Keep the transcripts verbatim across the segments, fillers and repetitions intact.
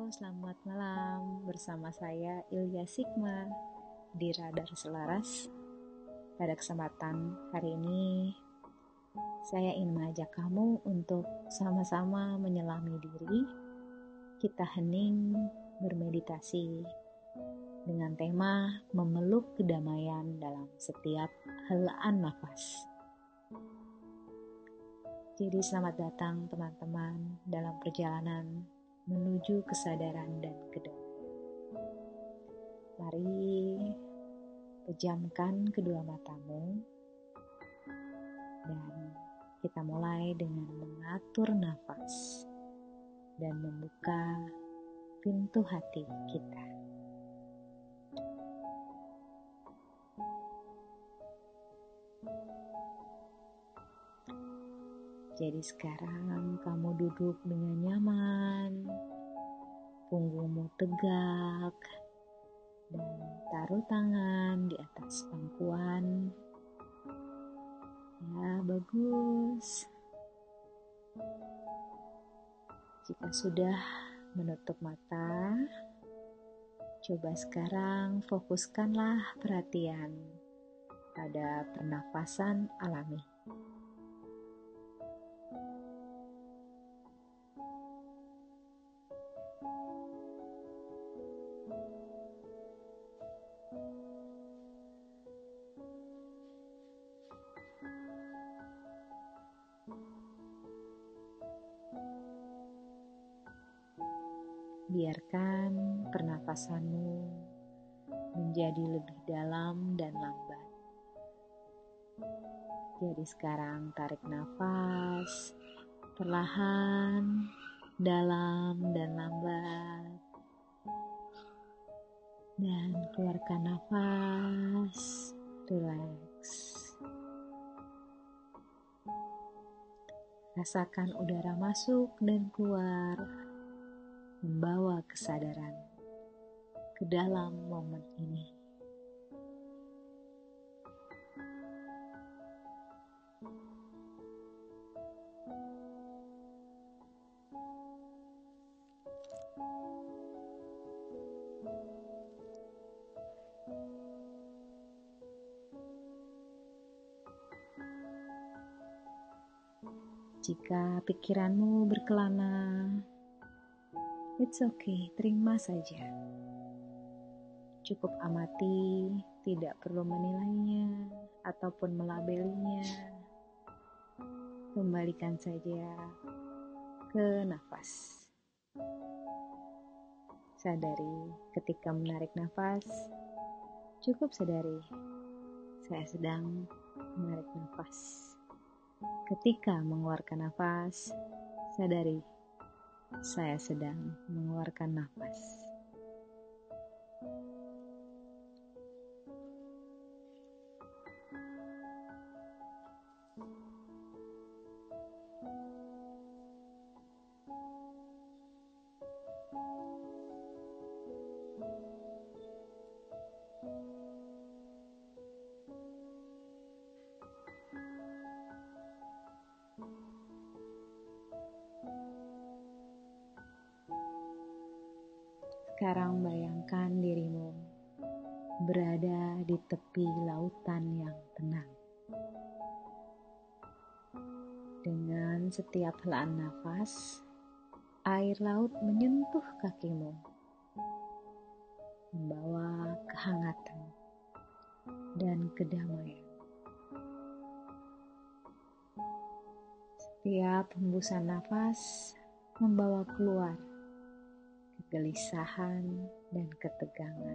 selamat malam bersama saya Ilya Sigma di Radar Selaras. Pada kesempatan hari ini, saya ingin mengajak kamu untuk sama-sama menyelami diri. Kita hening bermeditasi dengan tema memeluk kedamaian dalam setiap helaan nafas. Jadi selamat datang teman-teman dalam perjalanan menuju kesadaran dan kedamaian. Mari pejamkan kedua matamu dan kita mulai dengan mengatur nafas dan membuka pintu hati kita. Jadi sekarang kamu duduk dengan nyaman, punggungmu tegak, dan taruh tangan di atas pangkuan. Ya, bagus. Jika sudah menutup mata, coba sekarang fokuskanlah perhatian pada pernafasan alami. Biarkan pernafasanmu menjadi lebih dalam dan lambat. Jadi sekarang tarik nafas perlahan, dalam dan lambat. Dan keluarkan nafas, rileks. Rasakan udara masuk dan keluar, membawa kesadaran ke dalam momen ini. Jika pikiranmu berkelana, it's okay, terima saja. Cukup amati, tidak perlu menilainya ataupun melabelinya. Kembalikan saja ke nafas. Sadari ketika menarik nafas, cukup sadari saya sedang menarik nafas. Ketika mengeluarkan nafas, sadari saya sedang mengeluarkan nafas. Sekarang bayangkan dirimu berada di tepi lautan yang tenang. Dengan setiap helaan nafas, air laut menyentuh kakimu, membawa kehangatan dan kedamaian. Setiap hembusan nafas membawa keluar kegelisahan dan ketegangan.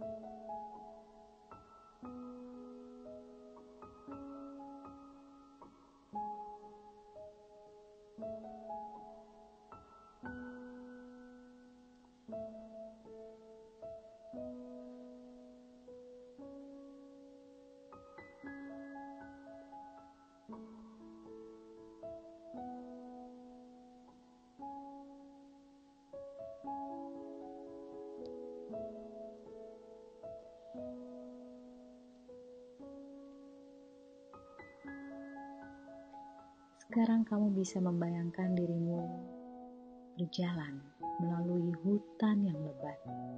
Sekarang kamu bisa membayangkan dirimu berjalan melalui hutan yang lebat.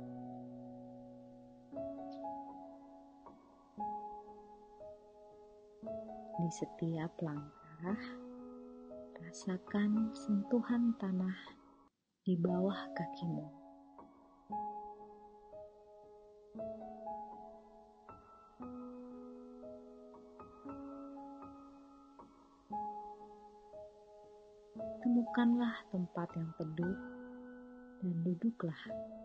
Di setiap langkah, rasakan sentuhan tanah di bawah kakimu. Temukanlah tempat yang teduh dan duduklah.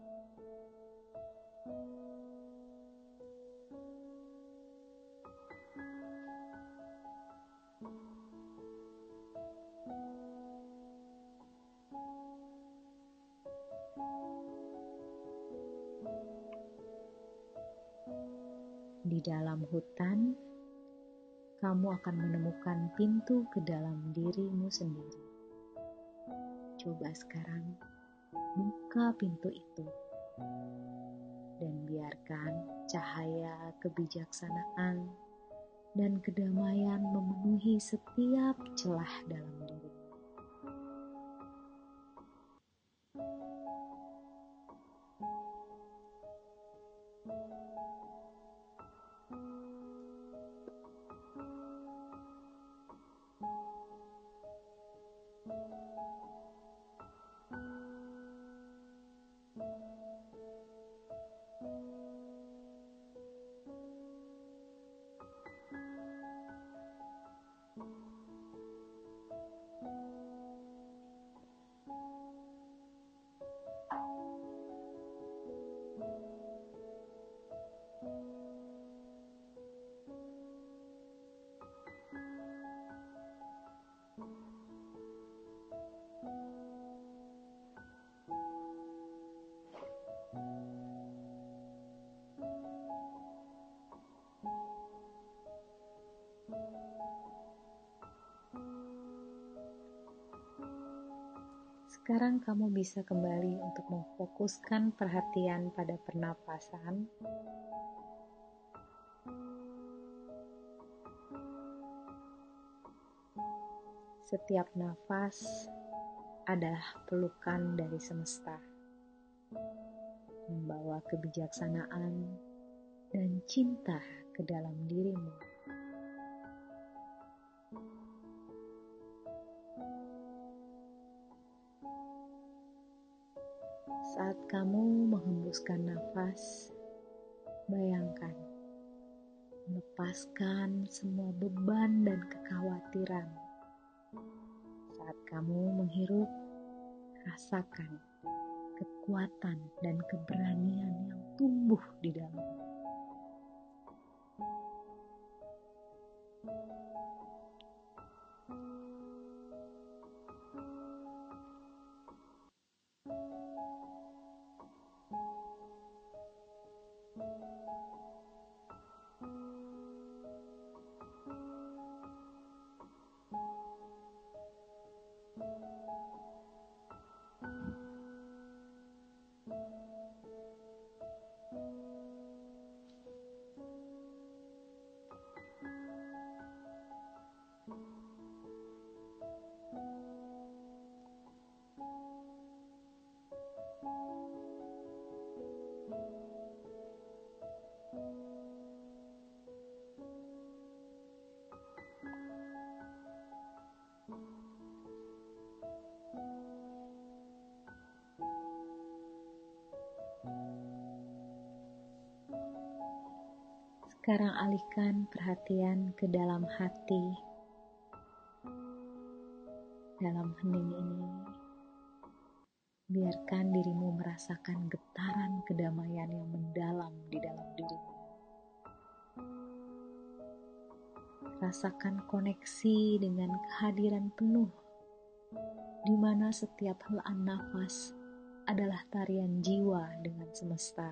Di dalam hutan, kamu akan menemukan pintu ke dalam dirimu sendiri. Coba sekarang buka pintu itu dan biarkan cahaya kebijaksanaan dan kedamaian memenuhi setiap celah dalam diri. Sekarang kamu bisa kembali untuk memfokuskan perhatian pada pernapasan. Setiap nafas adalah pelukan dari semesta, membawa kebijaksanaan dan cinta ke dalam dirimu. Saat kamu menghembuskan nafas, bayangkan melepaskan semua beban dan kekhawatiran. Saat kamu menghirup, rasakan kekuatan dan keberanian yang tumbuh di dalammu. Sekarang alihkan perhatian ke dalam hati. Dalam hening ini, Biarkan dirimu merasakan getaran kedamaian yang mendalam di dalam dirimu. Rasakan koneksi dengan kehadiran penuh, di mana setiap helaan nafas adalah tarian jiwa dengan semesta.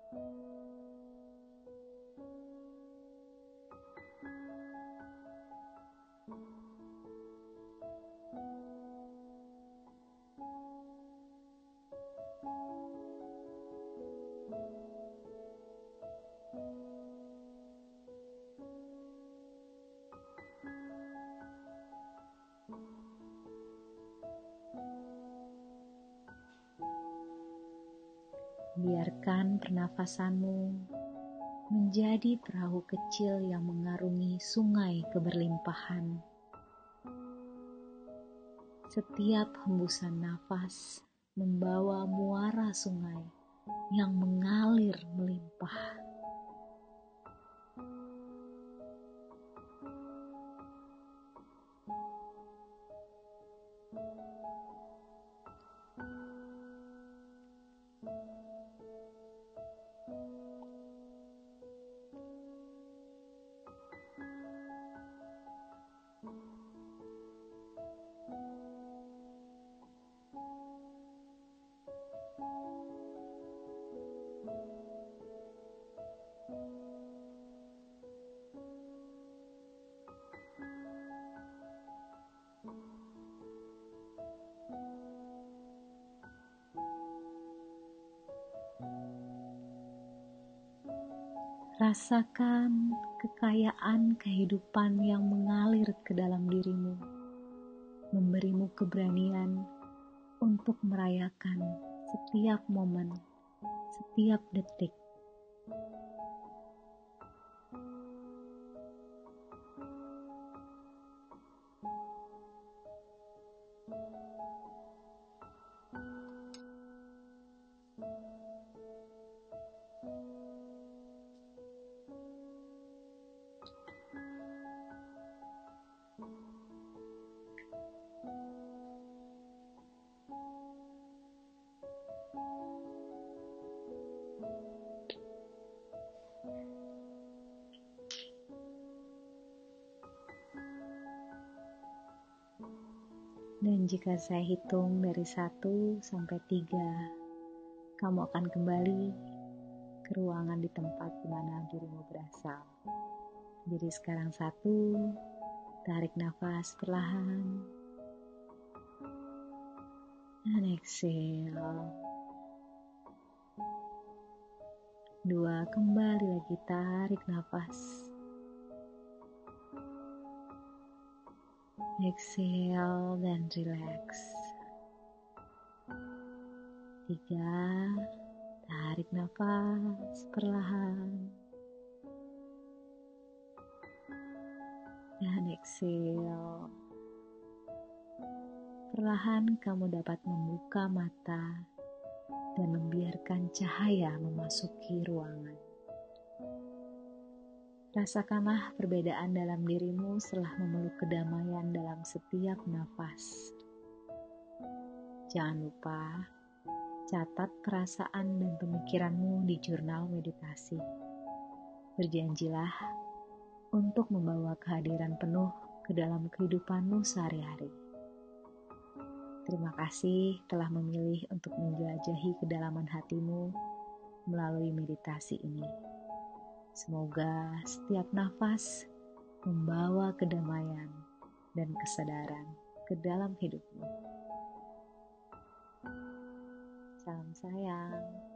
Biarkan pernafasanmu menjadi perahu kecil yang mengarungi sungai keberlimpahan. Setiap hembusan nafas membawa muara sungai yang mengalir melimpah. Rasakan kekayaan kehidupan yang mengalir ke dalam dirimu, memberimu keberanian untuk merayakan setiap momen, setiap detik. Dan jika saya hitung dari satu sampai tiga, kamu akan kembali ke ruangan di tempat di mana dirimu berasal. Jadi sekarang satu, tarik nafas perlahan, dan exhale. Dua, kembali lagi tarik nafas. Exhale dan relax. Tiga, tarik nafas perlahan. Dan exhale. Perlahan kamu dapat membuka mata dan membiarkan cahaya memasuki ruangan. Rasakanlah perbedaan dalam dirimu setelah memeluk kedamaian dalam setiap nafas. Jangan lupa, catat perasaan dan pemikiranmu di jurnal meditasi. Berjanjilah untuk membawa kehadiran penuh ke dalam kehidupanmu sehari-hari. Terima kasih telah memilih untuk menjelajahi kedalaman hatimu melalui meditasi ini. Semoga setiap nafas membawa kedamaian dan kesadaran ke dalam hidupmu. Salam sayang.